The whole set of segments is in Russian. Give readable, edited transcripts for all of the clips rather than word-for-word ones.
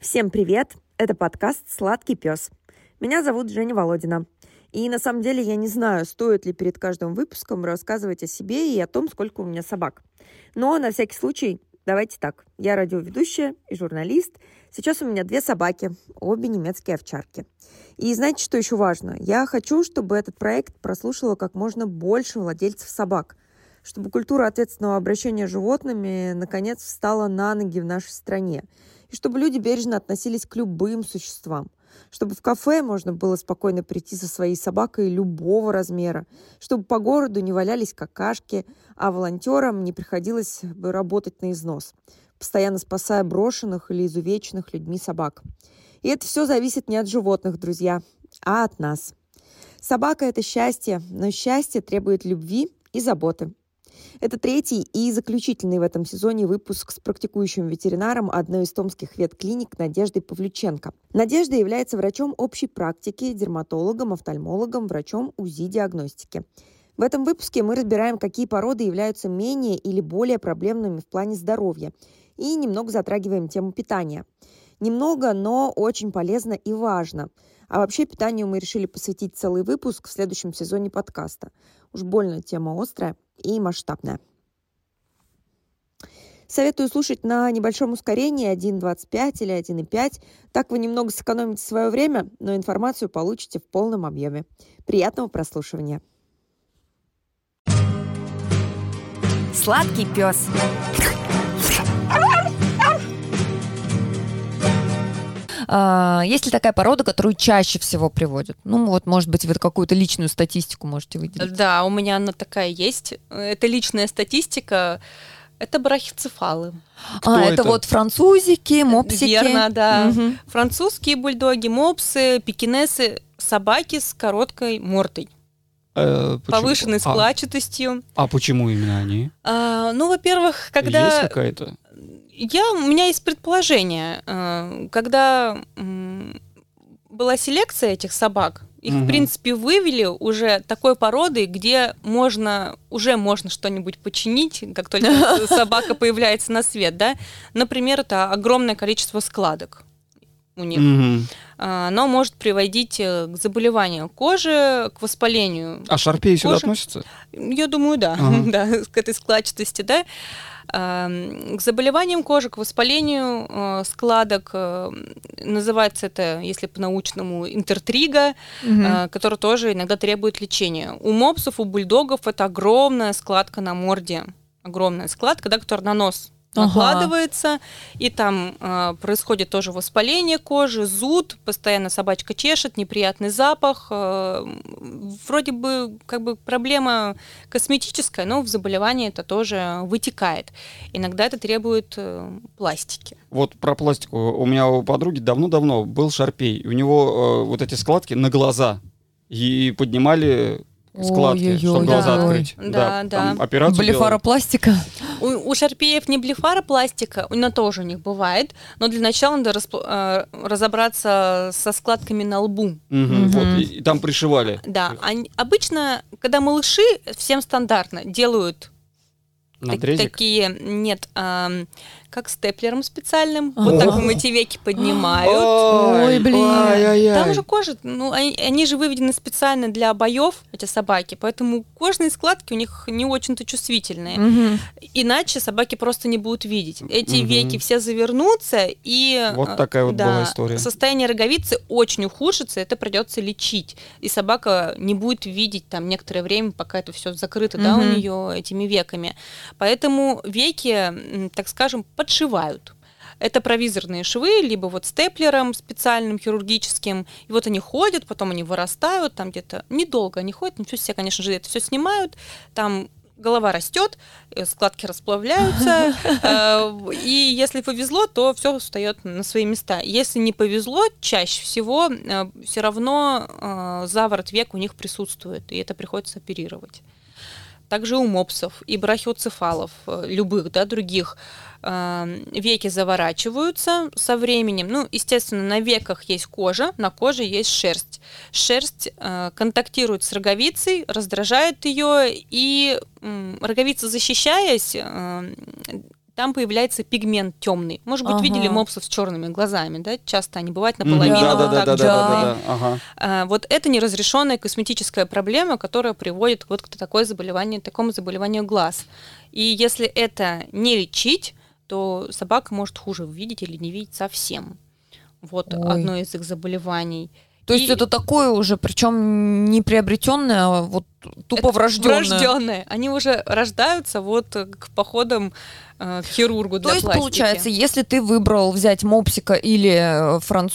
Всем привет! Это подкаст «Сладкий пес». Меня зовут Женя Володина. И на самом деле я не знаю, стоит ли перед каждым выпуском рассказывать о себе и о том, сколько у меня собак. Но на всякий случай давайте так. Я радиоведущая и журналист. Сейчас у меня 2 собаки, обе немецкие овчарки. И знаете, что еще важно? Я хочу, чтобы этот проект прослушало как можно больше владельцев собак, чтобы культура ответственного обращения с животными наконец встала на ноги в нашей стране, и чтобы люди бережно относились к любым существам, чтобы в кафе можно было спокойно прийти со своей собакой любого размера, чтобы по городу не валялись какашки, а волонтерам не приходилось бы работать на износ, постоянно спасая брошенных или изувеченных людьми собак. И это все зависит не от животных, друзья, а от нас. Собака – это счастье, но счастье требует любви и заботы. Это 3-й и заключительный в этом сезоне выпуск с практикующим ветеринаром одной из томских ветклиник Надеждой Павлюченко. Надежда является врачом общей практики, дерматологом, офтальмологом, врачом УЗИ-диагностики. В этом выпуске мы разбираем, какие породы являются менее или более проблемными в плане здоровья, и немного затрагиваем тему питания. Немного, но очень полезно и важно. А вообще питанию мы решили посвятить целый выпуск в следующем сезоне подкаста. Уж больно тема острая и масштабная. Советую слушать на небольшом ускорении 1.25 или 1.5. Так вы немного сэкономите свое время, но информацию получите в полном объеме. Приятного прослушивания. Сладкий пес. Есть ли такая порода, которую чаще всего приводят? Ну, вот, может быть, вы какую-то личную статистику можете выделить. Да, у меня она такая есть. Это личная статистика. Это брахицефалы. Это вот французики, мопсики. Верно, да. Угу. Французские бульдоги, мопсы, пекинесы, собаки с короткой мордой. Повышенной складчатостью. А почему именно они? Во-первых, когда... Есть какая-то? У меня есть предположение. Когда была селекция этих собак, их, в принципе, вывели уже такой породы, где можно что-нибудь починить, как только собака появляется на свет, да? Например, это огромное количество складок у них. Оно может приводить к заболеванию кожи, к воспалению. А шарпеи сюда относятся? Я думаю, да. Да, к этой складчатости, да. К заболеваниям кожи, к воспалению складок. Называется это, если по-научному, интертрига, который тоже иногда требует лечения. У мопсов, у бульдогов это огромная складка на морде. Огромная складка, да, которая на нос накладывается, и там происходит тоже воспаление кожи, зуд, постоянно собачка чешет, неприятный запах. Вроде бы как бы проблема косметическая, но в заболевании это тоже вытекает. Иногда это требует пластики. Вот про пластику. У меня у подруги давно-давно был шарпей. У него вот эти складки на глаза. И поднимали складки, чтобы глаза открыть. Да. Операцию блефаропластика. У шарпеев не блефаропластика, она тоже у них бывает, но для начала надо разобраться со складками на лбу. Вот, и там пришивали. Да, обычно, когда малыши, всем стандартно делают такие, как степлером специальным, вот так эти веки поднимают. Ой, блин. Там же кожа, они же выведены специально для боев, эти собаки, поэтому кожные складки у них не очень-то чувствительные. Иначе собаки просто не будут видеть. Эти веки все завернутся, и вот такая вот была история. Состояние роговицы очень ухудшится, это придется лечить. И собака не будет видеть там некоторое время, пока это все закрыто, да, у нее этими веками. Поэтому веки, так скажем, подшивают. Это провизорные швы, либо вот степлером специальным, хирургическим. И вот они ходят, потом они вырастают, там где-то недолго они ходят, но все, конечно же, это все снимают, там голова растет, складки расплавляются, и если повезло, то все встает на свои места. Если не повезло, чаще всего все равно заворот век у них присутствует, и это приходится оперировать. Также у мопсов и брахиоцефалов, любых, да, других, веки заворачиваются со временем. Ну, естественно, на веках есть кожа, на коже есть шерсть. Шерсть контактирует с роговицей, раздражает ее, и роговица, защищаясь, там появляется пигмент темный. Может быть, Ага. видели мопсов с черными глазами, да? Часто они бывают наполовину. вот так черные. Да. Ага. Вот это неразрешенная косметическая проблема, которая приводит вот к такому заболеванию глаз. И если это не лечить, то собака может хуже видеть или не видеть совсем. Вот Ой. одно из их заболеваний. То есть это такое уже, причем не приобретенное, а вот тупо врожденное. Врожденные. Они уже рождаются вот к походам к хирургу для пластики. То есть, получается, если ты выбрал взять мопсика или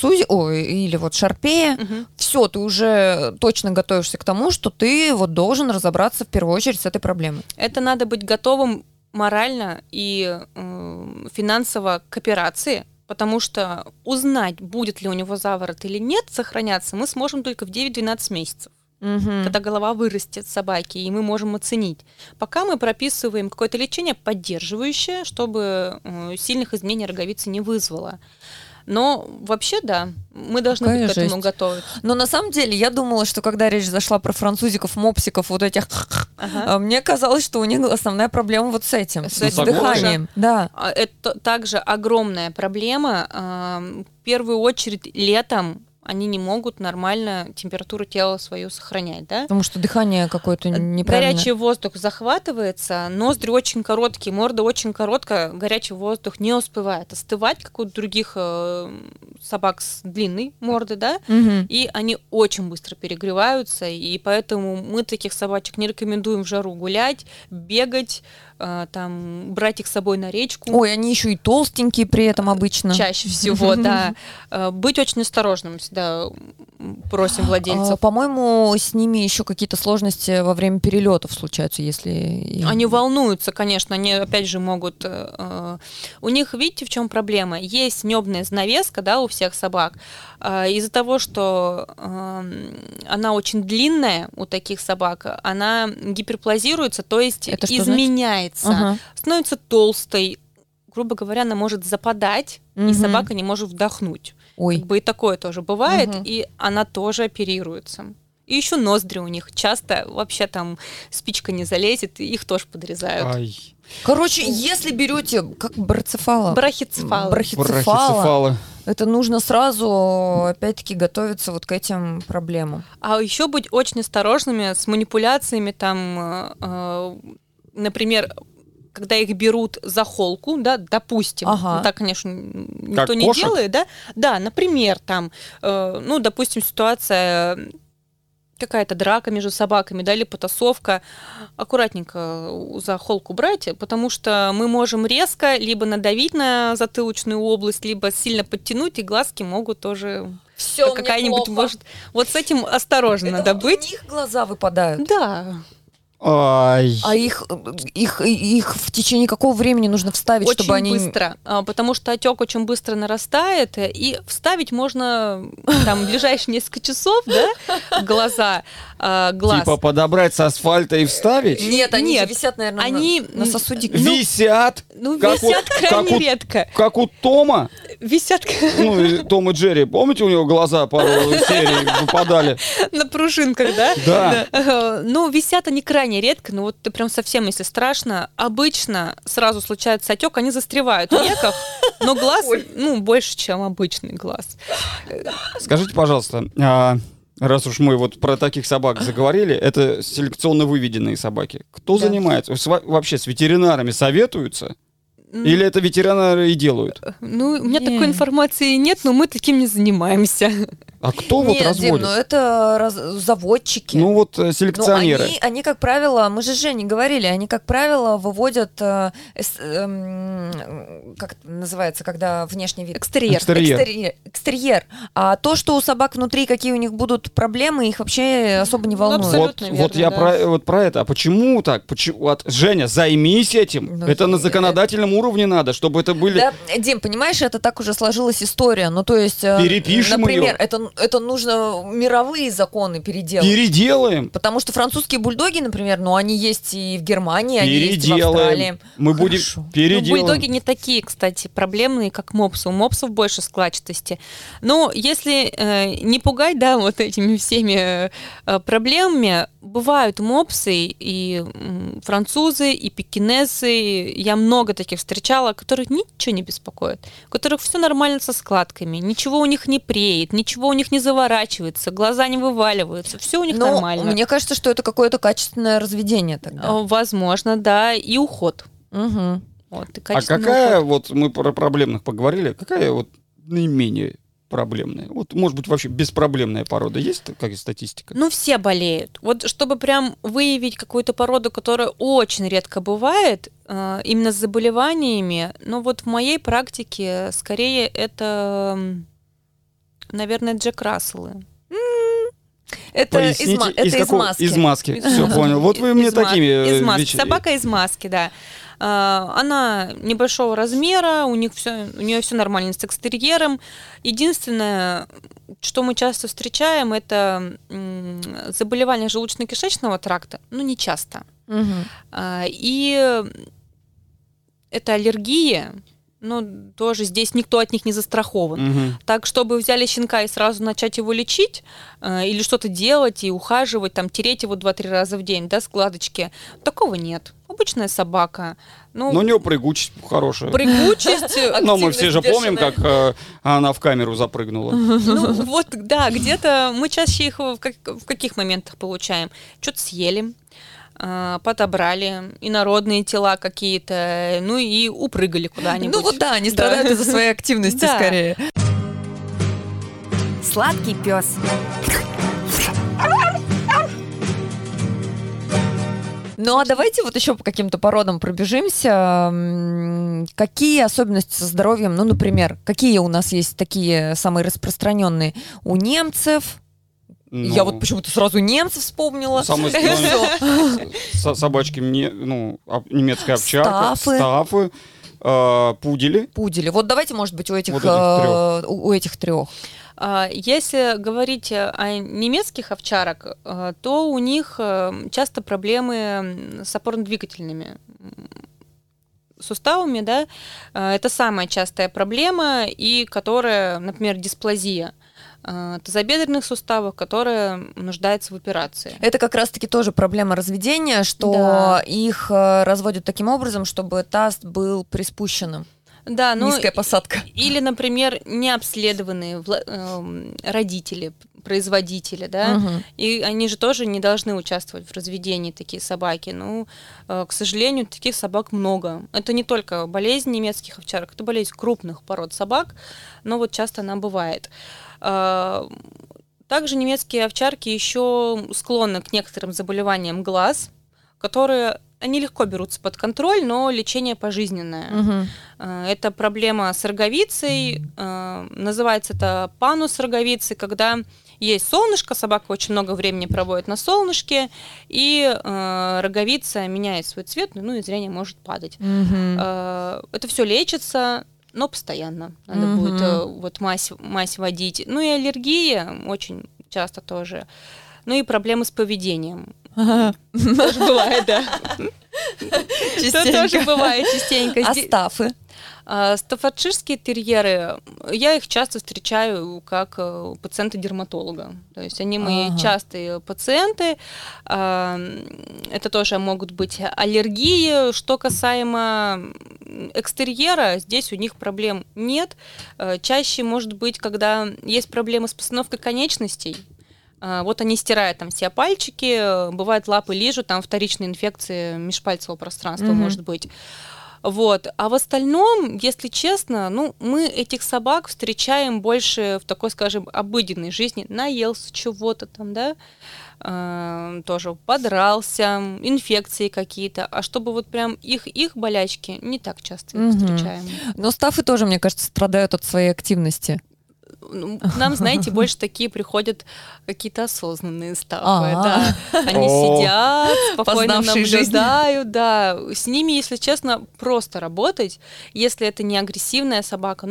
или вот шарпея, все, ты уже точно готовишься к тому, что ты вот должен разобраться в первую очередь с этой проблемой. Это надо быть готовым морально и финансово к операции, потому что узнать, будет ли у него заворот или нет сохраняться, мы сможем только в 9-12 месяцев. Когда голова вырастет собаки, и мы можем оценить. Пока мы прописываем какое-то лечение поддерживающее, чтобы сильных изменений роговицы не вызвало. Но вообще, да, мы должны быть к этому готовиться. Но на самом деле я думала, что когда речь зашла про французиков, мопсиков, вот этих, мне казалось, что у них основная проблема вот с этим, с дыханием. Да. Это также огромная проблема. В первую очередь летом они не могут нормально температуру тела свою сохранять, да? Потому что дыхание какое-то неправильное. Горячий воздух захватывается, ноздри очень короткие, морда очень короткая, горячий воздух не успевает остывать, как у других собак с длинной мордой, да? И они очень быстро перегреваются, и поэтому мы таких собачек не рекомендуем в жару гулять, бегать, там, брать их с собой на речку. Ой, они еще и толстенькие при этом обычно. Чаще всего, да. Быть очень осторожным всегда просим владельцев. По-моему, с ними еще какие-то сложности во время перелетов случаются, если... Они волнуются, конечно, они опять же могут... У них, видите, в чем проблема? Есть небная занавеска, да, у всех собак. Из-за того, что она очень длинная у таких собак, она гиперплазируется, то есть изменяется, становится толстой, грубо говоря, она может западать, и собака не может вдохнуть. Ой. Как бы и такое тоже бывает, и она тоже оперируется. И еще ноздри у них часто вообще там спичка не залезет, и их тоже подрезают. Ай. Короче, если берете как брахицефала, это нужно сразу, опять-таки, готовиться вот к этим проблемам. А еще быть очень осторожными с манипуляциями, там, например, когда их берут за холку, да, допустим, так, конечно, никто не делает, да? Да, например, там, допустим, ситуация... какая-то драка между собаками, да, или потасовка, аккуратненько за холку брать, потому что мы можем резко либо надавить на затылочную область, либо сильно подтянуть, и глазки могут тоже... Всё, какая-нибудь может... Вот с этим осторожно надо быть. У них глаза выпадают. Да. Ай. А их в течение какого времени нужно вставить, очень чтобы они... Очень быстро, потому что отек очень быстро нарастает, и вставить можно там в ближайшие несколько часов, да, глаз. Типа подобрать с асфальта и вставить? Нет, они же висят, наверное, на сосудике. Висят? Висят крайне редко. Как у Тома? Висят... Том и Джерри, помните, у него глаза пару серий выпадали? На пружинках, да? Да. Висят они крайне редко, но вот ты прям совсем, если страшно, обычно сразу случается отек, они застревают в веках, но глаз, больше, чем обычный глаз. Скажите, пожалуйста, раз уж мы вот про таких собак заговорили, это селекционно выведенные собаки. Кто занимается? Вообще с ветеринарами советуются? Или это ветеринары и делают? У меня такой информации нет, но мы таким не занимаемся. А кто вот разводит? Дим, это заводчики. Селекционеры. Они, как правило, мы же с Женей говорили, они, как правило, выводят, как это называется, когда внешний вид? Экстерьер. А то, что у собак внутри, какие у них будут проблемы, их вообще особо не волнует. Абсолютно верно, про это. А почему так? Женя, займись этим. Это на законодательном уровне надо, чтобы это были... Да, Дим, понимаешь, это так уже сложилась история. То есть, перепишем например, ее. это это нужно мировые законы переделать. Переделаем. Потому что французские бульдоги, например, они есть и в Германии, они есть и в Австралии. Мы будем переделаем. Бульдоги не такие, кстати, проблемные, как мопсы. У мопсов больше складчатости. Но если не пугать, да, вот этими всеми проблемами, бывают мопсы и французы, и пекинесы. Я много таких встречала, которых ничего не беспокоит, у которых все нормально со складками, ничего у них не преет, ничего у них не заворачивается, глаза не вываливаются, все у них нормально. Мне кажется, что это какое-то качественное разведение тогда. Возможно, да, и уход. Угу. Вот, и а какая, вот мы про проблемных поговорили, какая вот наименее проблемная? Вот, может быть, вообще беспроблемная порода есть, как статистика? Ну, все болеют. Вот чтобы прям выявить какую-то породу, которая очень редко бывает, именно с заболеваниями, ну вот в моей практике скорее это, наверное, Джек Расселы. Это из маски. Из маски, все, понял. Вот вы мне такими... Из маски. Собака из маски, да. Она небольшого размера, у нее все нормально с экстерьером. Единственное, что мы часто встречаем, это заболевания желудочно-кишечного тракта, но не часто. И это аллергия. Ну, тоже здесь никто от них не застрахован. Так, чтобы взяли щенка и сразу начать его лечить, или что-то делать и ухаживать, там, тереть его 2-3 раза в день, да, складочки, такого нет. Обычная собака. Но у нее прыгучесть хорошая. Прыгучесть. Но мы все же помним, как она в камеру запрыгнула. Ну, вот, да, где-то мы чаще их в каких моментах получаем? Что-то съели, подобрали, инородные тела какие-то, ну и упрыгали куда-нибудь. Ну вот да, они страдают из-за своей активности скорее. Сладкий пес. Ну а давайте вот еще по каким-то породам пробежимся. Какие особенности со здоровьем? Ну, например, какие у нас есть такие самые распространенные у немцев? Я вот почему-то сразу немцев вспомнила. Самые собачки, немецкая овчарка, стаффы, пудели. Пудели. Вот давайте, может быть, у этих трех. Если говорить о немецких овчарок, то у них часто проблемы с опорно-двигательными суставами, да, это самая частая проблема, и которая, например, дисплазия тазобедренных суставов, которая нуждается в операции. Это как раз-таки тоже проблема разведения, что их разводят таким образом, чтобы таз был приспущенным. Да, низкая посадка. Или, например, необследованные родители, производители, да, и они же тоже не должны участвовать в разведении, такие собаки. Ну, к сожалению, таких собак много. Это не только болезнь немецких овчарок, это болезнь крупных пород собак, но вот часто она бывает. Также немецкие овчарки еще склонны к некоторым заболеваниям глаз, которые они легко берутся под контроль, но лечение пожизненное. Это проблема с роговицей, называется это панус роговицы, когда есть солнышко, собака очень много времени проводит на солнышке, и роговица меняет свой цвет, ну и зрение может падать. Это все лечится, но постоянно. Надо будет вот мазь водить. Ну и аллергия очень часто тоже. Ну и проблемы с поведением. Тоже бывает, да. Частенько. Тоже бывает частенько. А стаффы? Стаффордширские терьеры, я их часто встречаю как пациенты дерматолога. То есть они мои частые пациенты. Это тоже могут быть аллергии. Что касаемо экстерьера, здесь у них проблем нет. Чаще может быть, когда есть проблемы с постановкой конечностей. Вот они стирают там все пальчики, бывает лапы лижут, там вторичные инфекции межпальцевого пространства может быть. Вот. А в остальном, если честно, ну, мы этих собак встречаем больше в такой, скажем, обыденной жизни. Наелся чего-то там, да, тоже подрался, инфекции какие-то. А чтобы вот прям их болячки, не так часто их встречаем. Но стаффы тоже, мне кажется, страдают от своей активности. К нам, знаете, больше такие приходят какие-то осознанные стаффы. Да. Они сидят, спокойно наблюдают. Да. С ними, если честно, просто работать. Если это не агрессивная собака, ну,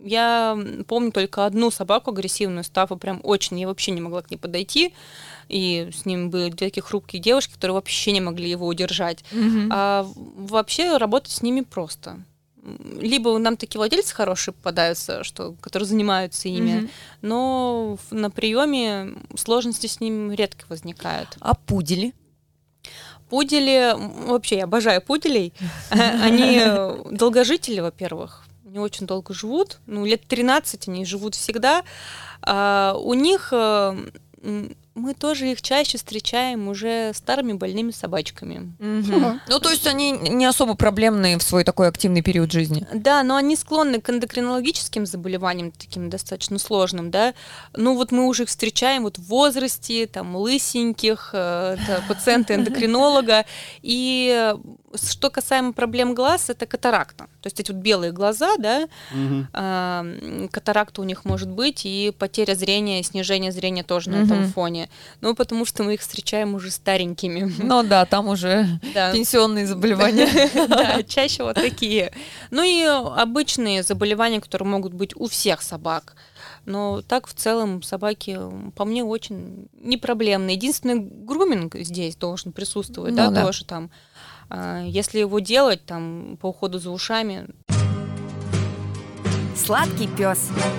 Я помню только одну собаку агрессивную, Стаффу, прям очень, я вообще не могла к ней подойти. И с ним были такие хрупкие девушки, которые вообще не могли его удержать. А вообще работать с ними просто. Либо нам такие владельцы хорошие попадаются, которые занимаются ими, но на приеме сложности с ним редко возникают. А пудели? Пудели, вообще я обожаю пуделей. Они долгожители, во-первых. Они очень долго живут. Лет 13 они живут всегда. У них мы тоже их чаще встречаем уже старыми больными собачками. Ну, то есть они не особо проблемные в свой такой активный период жизни. Да, но они склонны к эндокринологическим заболеваниям, таким достаточно сложным, да. Вот мы уже их встречаем в возрасте, там, лысеньких, пациента эндокринолога. И что касаемо проблем глаз, это катаракта. То есть эти белые глаза, да, катаракта у них может быть, и потеря зрения, снижение зрения тоже на этом фоне. Потому что мы их встречаем уже старенькими. Ну да, там уже пенсионные заболевания. Да, чаще вот такие. И обычные заболевания, которые могут быть у всех собак. Но так в целом собаки, по мне, очень непроблемные. Единственное, груминг здесь должен присутствовать, да, тоже там. Если его делать там по уходу за ушами. Сладкий пес.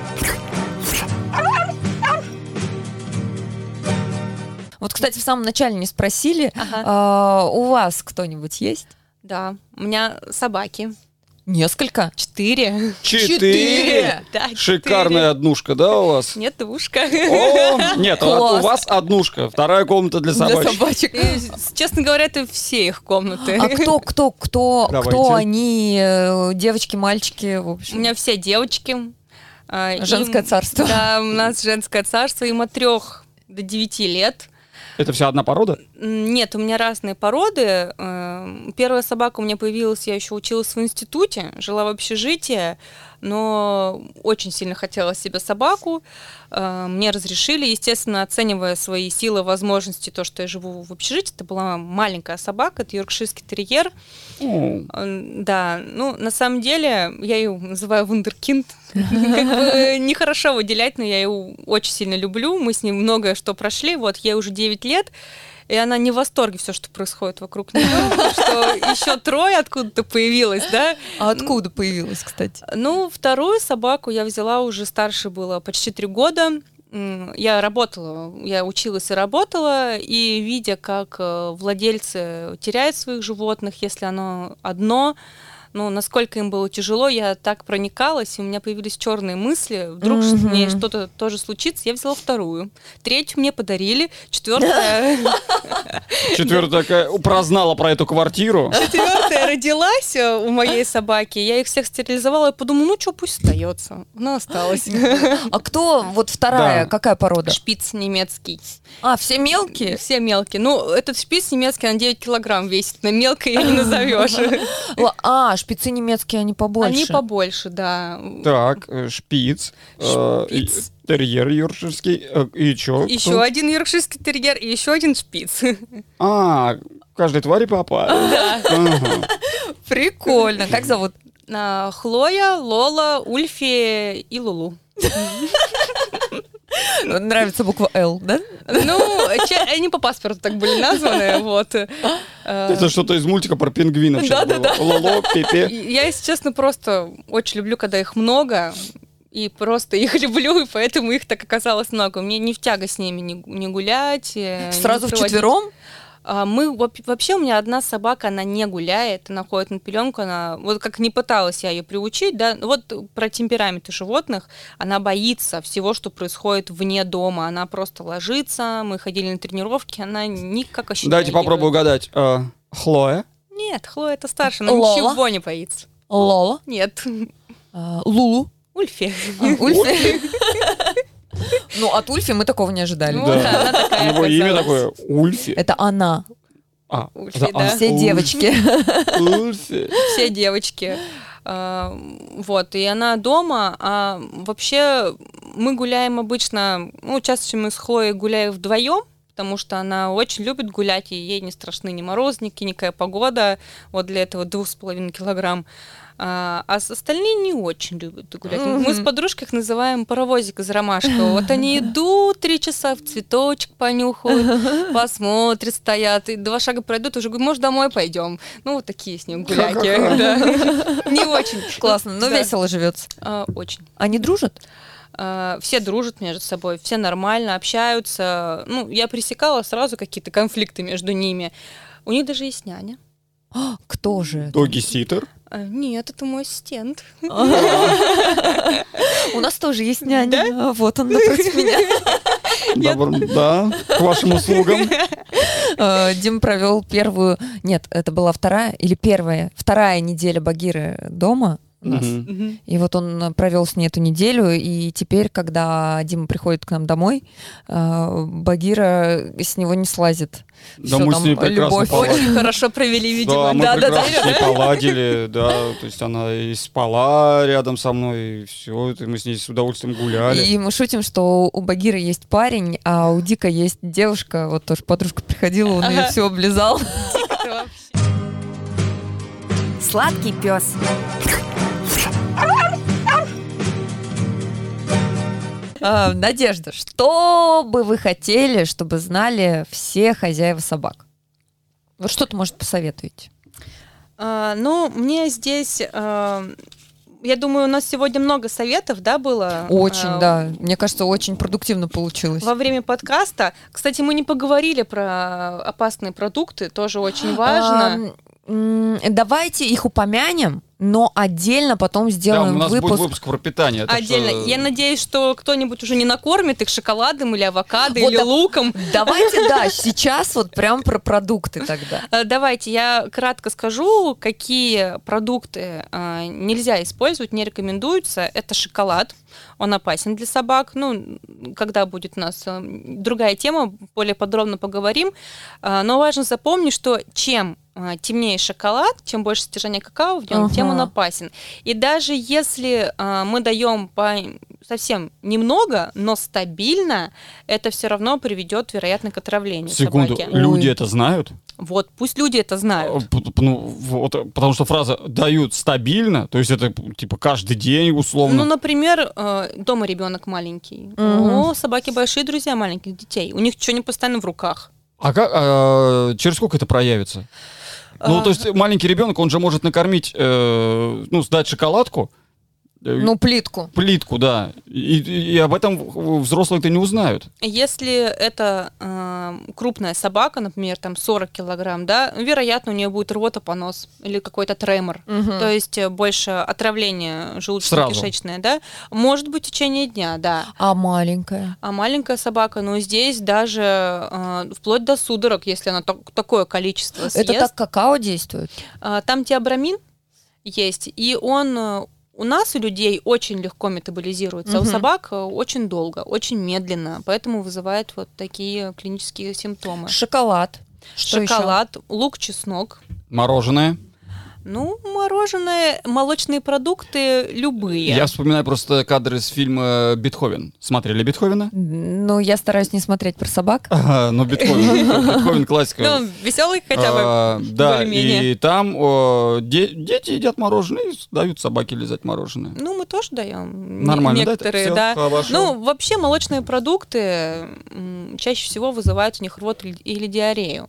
Вот, кстати, в самом начале не спросили, у вас кто-нибудь есть? Да, у меня собаки. Несколько? 4. 4? Да, Шикарная однушка, да, у вас? Нет, двушка. Нет, у вас однушка, вторая комната для собачек. Для собачек. Честно говоря, это все их комнаты. А кто они? Девочки, мальчики, в общем? У меня все девочки. Женское царство. Да, у нас женское царство, им от 3 до 9 лет. Это вся одна порода? Нет, у меня разные породы. Первая собака у меня появилась, я еще училась в институте, жила в общежитии, но очень сильно хотела себе собаку. Мне разрешили, естественно, оценивая свои силы, возможности, то, что я живу в общежитии. Это была маленькая собака, это йоркширский терьер. Да, на самом деле, я ее называю вундеркинд. Как бы нехорошо выделять, но я ее очень сильно люблю. Мы с ней многое что прошли. Вот, ей уже 9 лет. И она не в восторге все, что происходит вокруг нее, что еще 3 откуда-то появилась, да? А откуда появилась, кстати? Вторую собаку я взяла уже старше было почти 3 года. Я училась и работала, и видя, как владельцы теряют своих животных, если оно одно, насколько им было тяжело, я так проникалась, и у меня появились черные мысли, вдруг с ней что-то тоже случится, я взяла 2. 3 мне подарили, 4 такая прознала про эту квартиру. 4 родилась у моей собаки, я их всех стерилизовала, и подумала, пусть остается, она осталась. А кто вот вторая, какая порода? Шпиц немецкий. А, все мелкие? Все мелкие. Этот шпиц немецкий, он 9 килограмм весит, на мелкой ее не назовешь. Шпицы немецкие, они побольше. Они побольше, да. Так, шпиц. Терьер йоркширский. И что? Еще один йоркширский терьер и еще один шпиц. Каждой твари попали. Прикольно. Как зовут? Хлоя, Лола, Ульфи и Лулу. Нравится буква «Л», да? Они по паспорту так были названы, вот. Это что-то из мультика про пингвинов сейчас было. Лоло, Пепе. Я, если честно, просто очень люблю, когда их много, и просто их люблю, и поэтому их так оказалось много. Мне не в тягость с ними не гулять. Сразу вчетвером? Вообще у меня одна собака, она не гуляет, она ходит на пеленку, она вот как не пыталась я ее приучить, да, вот про темпераменты животных, она боится всего, что происходит вне дома, она просто ложится, мы ходили на тренировки, она никак вообще не Дайте реагирует. попробую угадать. Хлоя? Нет, Хлоя это старше, она Лола? ничего не боится. Лола? Нет. Лулу? Ульфи. Ульфи? От Ульфи мы такого не ожидали. Да, она такая Его имя оказалась. такое Ульфи. Это она. Ульфи, да. Все девочки. Ульфи. Все девочки. Вот, и она дома, а вообще мы гуляем обычно, чаще мы с Хлоей гуляем вдвоем, потому что она очень любит гулять, и ей не страшны ни морозники, никакая погода, вот для этого 2,5 килограмм. А остальные не очень любят гулять. Мы с подружкой их называем паровозик из ромашкового. Вот они идут 3 часа, в цветочек понюхают, посмотрят, стоят, и 2 шага пройдут, уже говорят, может, домой пойдем. Ну, вот такие с ним гуляки. Не очень. Классно, но весело живется. Очень. Они дружат? Все дружат между собой, все нормально общаются. Ну, я пресекала сразу какие-то конфликты между ними. У них даже есть няня. Кто же это? Доги-ситер? Нет, это мой ассистент. У нас тоже есть няня. Вот он напротив меня. Да, к вашим услугам. Дим провел первую... Нет, это была вторая неделя Багиры дома. И вот он провел с ней эту неделю, и теперь, когда Дима приходит к нам домой, Багира с него не слазит. Да, мы с ней прекрасно поладили. Очень хорошо провели, видимо. Да, мы прекрасно с ней поладили, да, то есть она и спала рядом со мной, и все, мы с ней с удовольствием гуляли. И мы шутим, что у Багиры есть парень, а у Дика есть девушка, вот тоже подружка приходила, он ее все облизал. Сладкий пес. Надежда, что бы вы хотели, чтобы знали все хозяева собак? Вот что ты, может, посоветуете? Ну, мне здесь... Я думаю, у нас сегодня много советов, да, было? Очень, да. Мне кажется, очень продуктивно получилось. Во время подкаста. Кстати, мы не поговорили про опасные продукты, тоже очень важно. Давайте их упомянем, но отдельно потом сделаем выпуск. Да, у нас будет выпуск про питание. Отдельно. Что... Я надеюсь, что кто-нибудь уже не накормит их шоколадом или авокадо, вот или луком. Давайте, да, сейчас вот прям про продукты тогда. Давайте, я кратко скажу, какие продукты нельзя использовать, не рекомендуются. Это шоколад. Он опасен для собак. Ну, когда будет у нас другая тема, более подробно поговорим. Но важно запомнить, что чем темнее шоколад, чем больше содержания какао в нем, тем он опасен. И даже если мы даем совсем немного, но стабильно, это все равно приведет, вероятно, к отравлению Секунду, собаки. Люди это знают? Вот, пусть люди это знают. Ну, вот, потому что фраза «дают стабильно», то есть это типа каждый день условно. Ну, например, дома ребенок маленький, у собаки большие друзья маленьких детей, у них что-нибудь постоянно в руках. А через сколько это проявится? Ну, то есть маленький ребенок, он же может накормить, сдать шоколадку. Ну, плитку. Плитку, да. И об этом взрослые-то не узнают. Если это крупная собака, например, там 40 килограмм, да, вероятно, у нее будет рвота, понос или какой-то тремор. То есть больше отравление желудочно-кишечное, да. Может быть, в течение дня, да. А маленькая? А маленькая собака, ну, здесь даже вплоть до судорог, если она такое количество съест. Это так какао действует? Там теобрамин есть, и он... У нас, у людей, очень легко метаболизируется, а у собак очень долго, очень медленно, поэтому вызывает вот такие клинические симптомы. Шоколад. Шоколад, лук, чеснок. Мороженое. Ну, мороженое, молочные продукты любые. Я вспоминаю просто кадры из фильма «Бетховен». Смотрели «Бетховена»? Ну, я стараюсь не смотреть про собак. Ну, Бетховен классика. Ну, веселый хотя бы, да, и там дети едят мороженое и дают собаке лизать мороженое. Ну, мы тоже даем. Нормально, некоторые, да? Да. Ну, вообще молочные продукты чаще всего вызывают у них рвоту или диарею.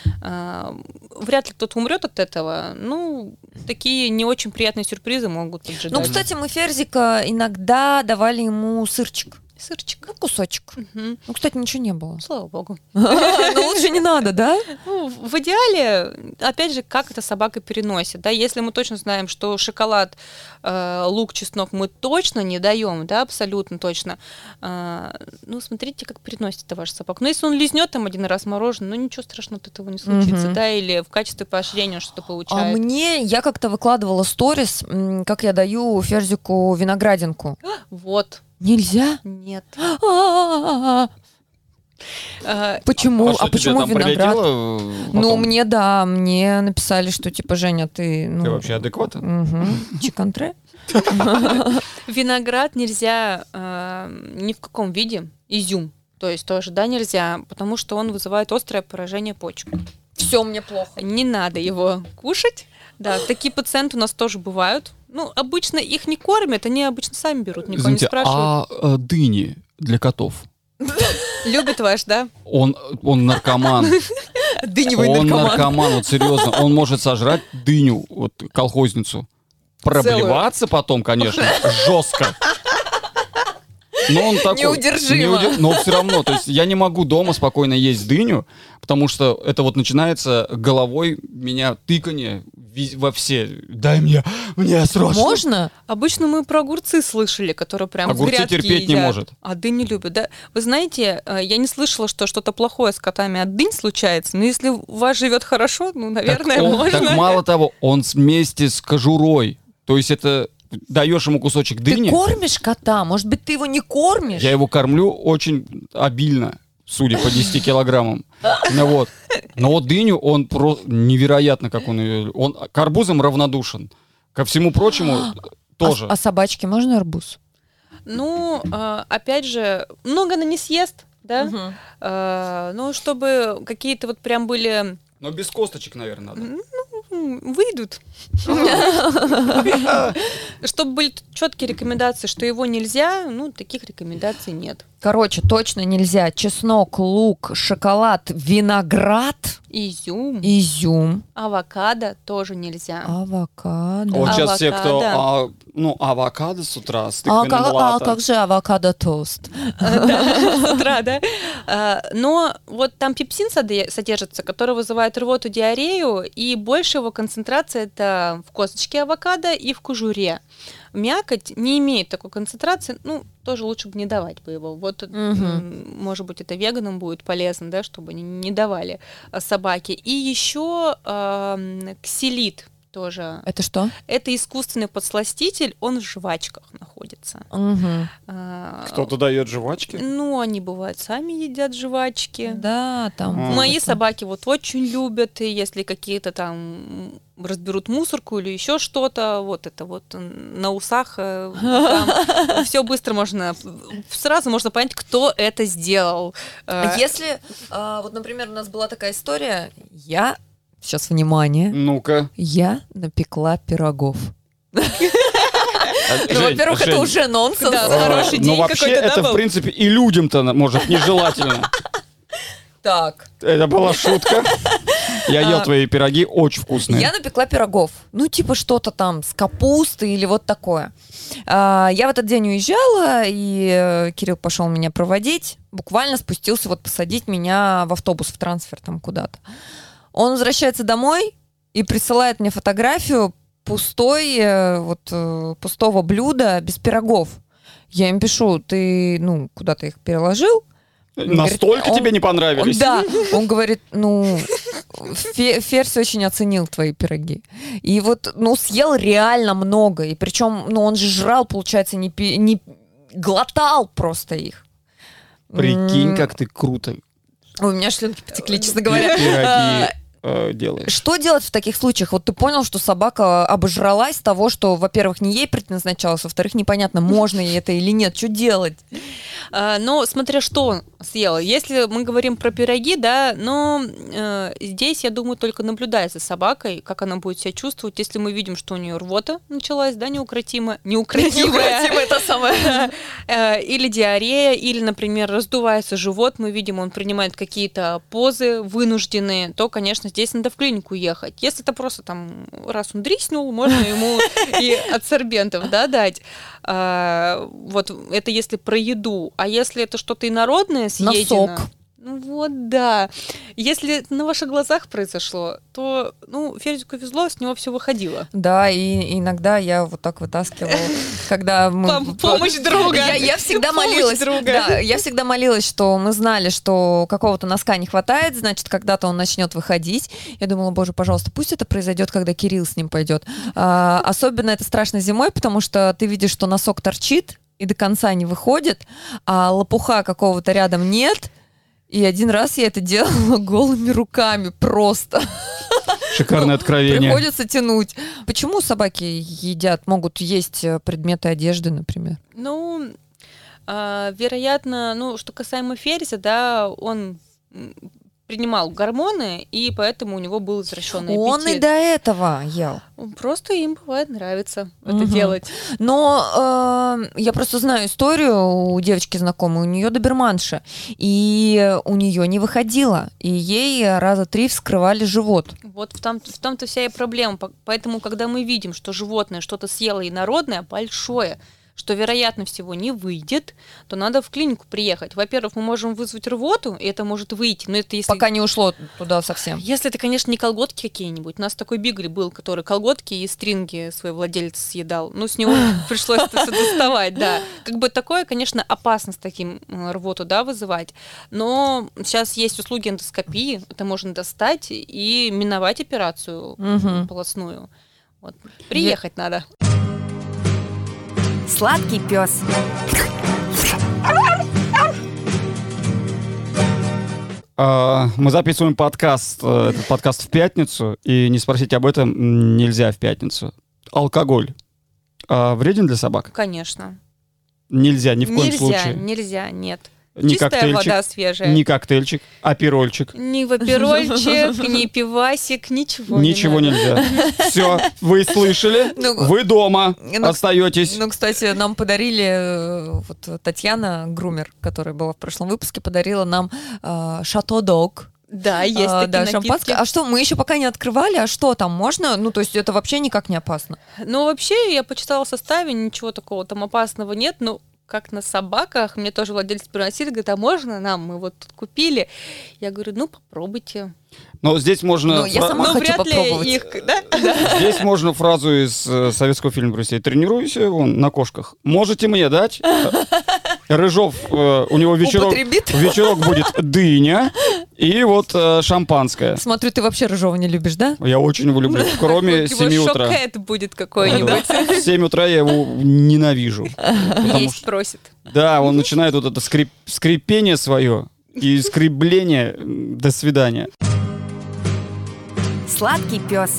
Вряд ли кто-то умрет от этого. Ну, такие не очень приятные сюрпризы могут поджидать. Ну, кстати, мы Ферзика иногда давали ему сырчик. Сырчик. Ну, кусочек. Ну, кстати, ничего не было. Слава богу. Но лучше не надо, да? Ну, в идеале, опять же, как эта собака переносит. Да? Если мы точно знаем, что шоколад, лук, чеснок мы точно не даем, да, абсолютно точно. Ну, смотрите, как переносит это ваша собака. Но если он лизнет там один раз мороженое, ну, ничего страшного от этого не случится, да, или в качестве поощрения он что-то получает. Я как-то выкладывала сторис, как я даю Ферзику виноградинку. Вот. Нельзя? Нет. Почему? А почему виноград? Ну, мне написали, что типа, Женя, ты... Ты вообще адекватен? Чикантре? Виноград нельзя ни в каком виде. Изюм. То есть тоже, да, нельзя, потому что он вызывает острое поражение почек. Все мне плохо. Не надо его кушать. Да, такие пациенты у нас тоже бывают. Ну, обычно их не кормят, они обычно сами берут, никого Извините, не спрашивают. а дыни для котов? Любит ваш, да? Он наркоман. Дыневый Он наркоман. наркоман, вот серьезно. Он может сожрать дыню, вот колхозницу. Проблеваться потом, конечно, жестко. Но он такой... Неудержимо. Но все равно, то есть я не могу дома спокойно есть дыню, потому что это вот начинается головой меня тыканье во все. Дай мне срочно. Можно? Обычно мы про огурцы слышали, которые прям Огурцы с грядки терпеть не едят. может. А дынь не любит, да? Вы знаете, я не слышала, что что-то плохое с котами от дынь случается, но если у вас живет хорошо, ну, наверное, можно. Так мало того, он вместе с кожурой, то есть это даешь ему кусочек Ты дыни, кормишь кота? Может быть, ты его не кормишь? я его кормлю очень обильно, судя по 10 килограммам. Ну вот. Но вот дыню, он просто невероятно, как он ее... Он к арбузам равнодушен. Ко всему прочему тоже. А собачке можно арбуз? Ну, опять же, много она не съест, да? Мгм. Ну, чтобы какие-то вот прям были... Но без косточек, наверное, надо. Выйдут. Чтобы были четкие рекомендации, что его нельзя, ну, таких рекомендаций нет. Короче, точно нельзя чеснок, лук, шоколад, виноград, Изюм, изюм, авокадо тоже нельзя. авокадо. Вот сейчас все, кто... Авокадо. Авокадо с утра, с А тыквенным как, латте. как же авокадо-тост? С утра, да? Но вот там пепсин содержится, который вызывает рвоту, диарею, и больше его концентрация это в косточке авокадо и в кожуре. Мякоть не имеет такой концентрации, ну, тоже лучше бы не давать бы его. Вот, может быть, это веганам будет полезно, да, чтобы они не давали собаке. И еще ксилит тоже. Это что? Это искусственный подсластитель, он в жвачках находится. Мгм. Кто-то дает жвачки? Ну, они бывают сами едят жвачки. Да, там. Мои это. собаки вот очень любят, и если какие-то там разберут мусорку или еще что-то, вот это вот на усах, все быстро можно, сразу можно понять, кто это сделал. Если, вот, например, у нас была такая история, сейчас внимание, Ну-ка. я напекла пирогов. Ну, Жень, во-первых, это Жень, уже нонсенс. Да, а, хороший ну, день вообще, какой-то, да, это, в был? принципе, и людям-то, может, нежелательно. Так. Это была шутка. Я ел твои пироги, очень вкусные. Я напекла пирогов. Ну, типа что-то там с капустой или вот такое. Я в этот день уезжала, и Кирилл пошел меня проводить. Буквально спустился вот посадить меня в автобус, в трансфер там куда-то. Он возвращается домой и присылает мне фотографию пустого блюда без пирогов. Я им пишу, ты, куда ты их переложил? Настолько говорит, тебе не понравились? Да, он говорит, Ферзь очень оценил твои пироги. И вот, съел реально много. И причем, он же жрал, получается, не глотал просто их. Прикинь, как ты круто Ой, у меня слюнки потекли, честно говоря. пироги делаешь. Что делать в таких случаях? Вот ты понял, что собака обожралась того, что, во-первых, не ей предназначалось, во-вторых, непонятно, можно ей это или нет. Что делать? Ну, смотря что он съел. Если мы говорим про пироги, да, но здесь, я думаю, только наблюдая за собакой, как она будет себя чувствовать, если мы видим, что у нее рвота началась, да, неукротимая, это самое. или диарея, или, например, раздувается живот, мы видим, он принимает какие-то позы вынужденные, то, конечно, здесь надо в клинику ехать. Если это просто там, раз он дриснул, можно ему и адсорбентов, да, дать. Вот это если про еду. А если это что-то инородное съедено... Носок. Ну вот, да. Если это на ваших глазах произошло, то, Ферзику везло, с него все выходило. Да, и иногда я вот так вытаскивала, когда мы... Помощь друга. Я всегда Помощь молилась. друга. Да, я всегда молилась, что мы знали, что какого-то носка не хватает, значит, когда-то он начнет выходить. Я думала, боже, пожалуйста, пусть это произойдет, когда Кирилл с ним пойдет. Особенно это страшно зимой, потому что ты видишь, что носок торчит и до конца не выходит, а лопуха какого-то рядом нет. И один раз я это делала голыми руками просто. Шикарное откровение. Приходится тянуть. Почему собаки могут есть предметы одежды, например? Вероятно, что касаемо Ферзя, да, он принимал гормоны, и поэтому у него был извращенный аппетит. Он и до этого ел. Просто им бывает нравится это делать. Но я просто знаю историю у девочки знакомой, у нее доберманша, и у нее не выходило, и ей раза 3 вскрывали живот. Вот в том-то вся и проблема. Поэтому, когда мы видим, что животное что-то съело инородное, большое, что, вероятно всего, не выйдет, то надо в клинику приехать. Во-первых, мы можем вызвать рвоту, и это может выйти. Но это если... Пока не ушло туда совсем. Если это, конечно, не колготки какие-нибудь. У нас такой бигли был, который колготки и стринги свой владелец съедал. Ну, с него пришлось это все доставать, да. Как бы такое, конечно, опасно с таким рвоту, да, вызывать. Но сейчас есть услуги эндоскопии. Это можно достать и миновать операцию полостную. Вот. Приехать надо. Сладкий пес. Мы записываем подкаст, этот подкаст в пятницу, и не спросить об этом нельзя в пятницу. Алкоголь вреден для собак? Конечно. Нельзя, ни в коем случае. Нельзя, нет. Ни Чистая коктейльчик, вода свежая. ни коктейльчик, аперольчик. Ни ваперольчик, ни пивасик, ничего. Ничего нельзя. Все, вы слышали? Вы дома остаетесь. Ну, кстати, нам подарили, вот Татьяна Грумер, которая была в прошлом выпуске, подарила нам Шато Дог. Да, есть такие да, напитки. шампанское. А что, мы еще пока не открывали, а что там можно? Ну, то есть это вообще никак не опасно? Ну, вообще, я почитала в составе, ничего такого там опасного нет, но как на собаках, мне тоже владелец приносили, говорит, а можно нам? Мы вот тут купили. Я говорю, ну, попробуйте. Но здесь можно... Ну, я сама хочу попробовать. Их, да? Здесь можно фразу из советского фильма «Брюс. Тренируйся вон на кошках. Можете мне дать? Рыжов, у него вечерок будет дыня и вот шампанское. Смотрю, ты вообще рыжого не любишь, да? Я очень его люблю, кроме 7 утра. Шокет будет какой-нибудь. В 7 утра я его ненавижу. Есть просит. Да, он начинает вот это скрипение свое и скребление. До свидания. Сладкий пес.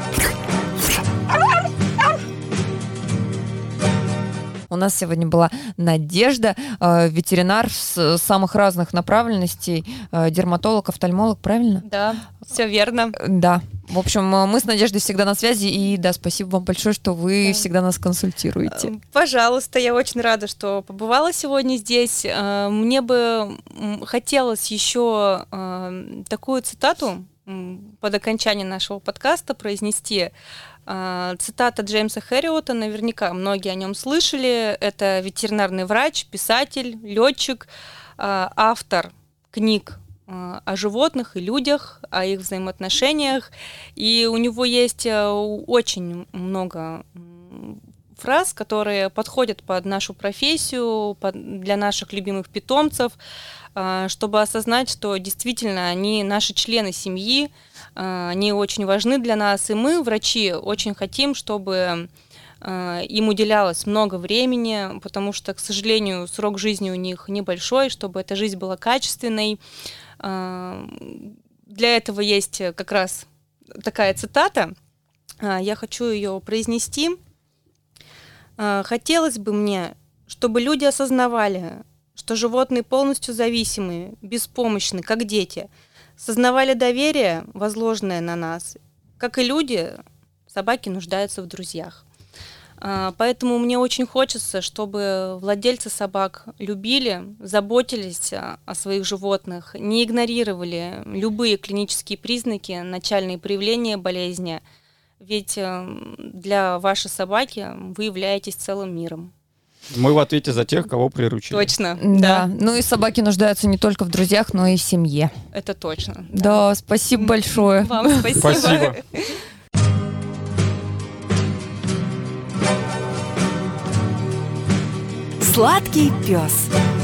У нас сегодня была Надежда, ветеринар с самых разных направленностей, дерматолог, офтальмолог, правильно? Да, все верно. Да. В общем, мы с Надеждой всегда на связи, и да, спасибо вам большое, что вы всегда нас консультируете. Пожалуйста, я очень рада, что побывала сегодня здесь. Мне бы хотелось еще такую цитату под окончание нашего подкаста произнести. Цитата Джеймса Хэриота, наверняка многие о нем слышали. Это ветеринарный врач, писатель, летчик, автор книг о животных и людях, о их взаимоотношениях. И у него есть очень много фраз, которые подходят под нашу профессию, для наших любимых питомцев, чтобы осознать, что действительно они наши члены семьи, они очень важны для нас, и мы, врачи, очень хотим, чтобы им уделялось много времени, потому что, к сожалению, срок жизни у них небольшой, чтобы эта жизнь была качественной. Для этого есть как раз такая цитата, я хочу ее произнести. «Хотелось бы мне, чтобы люди осознавали, что животные полностью зависимы, беспомощны, как дети, сознавали доверие, возложенное на нас. Как и люди, собаки нуждаются в друзьях. Поэтому мне очень хочется, чтобы владельцы собак любили, заботились о своих животных, не игнорировали любые клинические признаки, начальные проявления болезни, ведь для вашей собаки вы являетесь целым миром». Мы в ответе за тех, кого приручили. Точно. Да. Ну и собаки нуждаются не только в друзьях, но и в семье. Это точно. Да, спасибо большое. Вам спасибо. Спасибо. Сладкий пес.